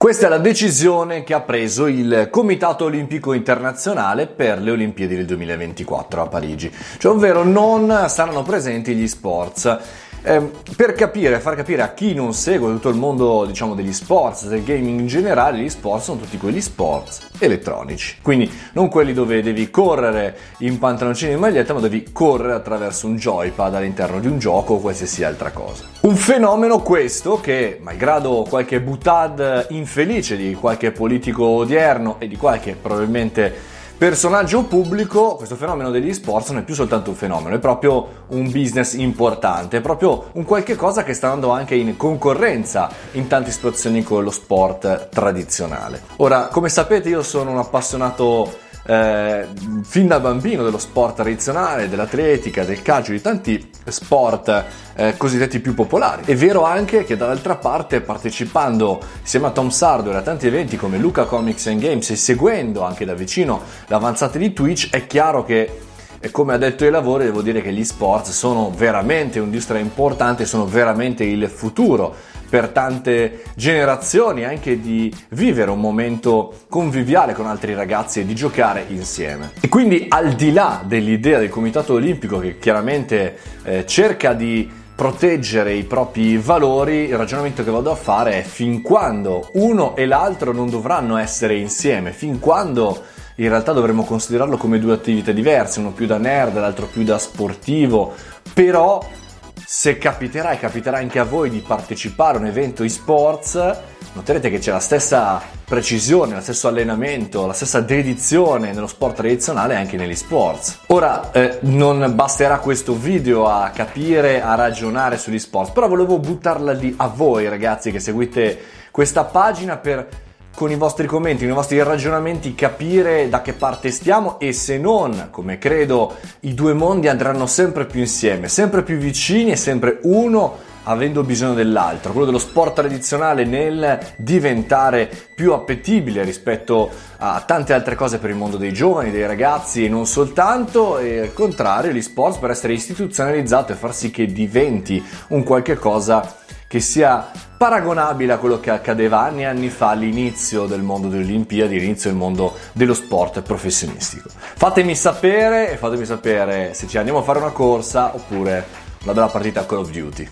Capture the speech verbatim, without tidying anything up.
Questa è la decisione che ha preso il Comitato Olimpico Internazionale per le Olimpiadi del duemilaventiquattro a Parigi, cioè ovvero non saranno presenti gli sports. Eh, per capire, far capire a chi non segue tutto il mondo, diciamo, degli sports, del gaming in generale, gli sport sono tutti quegli sports elettronici, quindi non quelli dove devi correre in pantaloncini e maglietta, ma devi correre attraverso un joypad all'interno di un gioco o qualsiasi altra cosa. Un fenomeno questo che, malgrado qualche boutade infelice di qualche politico odierno e di qualche probabilmente personaggio pubblico, questo fenomeno degli sport non è più soltanto un fenomeno, è proprio un business importante, è proprio un qualche cosa che sta andando anche in concorrenza in tante situazioni con lo sport tradizionale. Ora, come sapete, io sono un appassionato eh, fin da bambino dello sport tradizionale, dell'atletica, del calcio, di tanti sport eh, cosiddetti più popolari. È vero anche che dall'altra parte, partecipando insieme a Tom Sardware a tanti eventi come Luca Comics and Games e seguendo anche da vicino l'avanzata di Twitch, è chiaro che, e come ha detto ai lavori, devo dire che gli sport sono veramente un'industria importante, sono veramente il futuro per tante generazioni, anche di vivere un momento conviviale con altri ragazzi e di giocare insieme. E quindi, al di là dell'idea del Comitato Olimpico, che chiaramente eh, cerca di proteggere i propri valori, il ragionamento che vado a fare è: fin quando uno e l'altro non dovranno essere insieme, fin quando in realtà dovremmo considerarlo come due attività diverse, uno più da nerd, l'altro più da sportivo, però se capiterà e capiterà anche a voi di partecipare a un evento e-sports, noterete che c'è la stessa precisione, lo stesso allenamento, la stessa dedizione nello sport tradizionale anche negli sports. Ora, eh, non basterà questo video a capire, a ragionare sugli sports, però volevo buttarla lì a voi ragazzi che seguite questa pagina per, con i vostri commenti, con i vostri ragionamenti, capire da che parte stiamo e se non, come credo, i due mondi andranno sempre più insieme, sempre più vicini e sempre uno avendo bisogno dell'altro, quello dello sport tradizionale nel diventare più appetibile rispetto a tante altre cose per il mondo dei giovani, dei ragazzi e non soltanto, e al contrario gli sport per essere istituzionalizzato e far sì che diventi un qualche cosa che sia paragonabile a quello che accadeva anni e anni fa all'inizio del mondo delle Olimpiadi, all'inizio del mondo dello sport professionistico. Fatemi sapere e fatemi sapere se ci andiamo a fare una corsa oppure una bella partita a Call of Duty.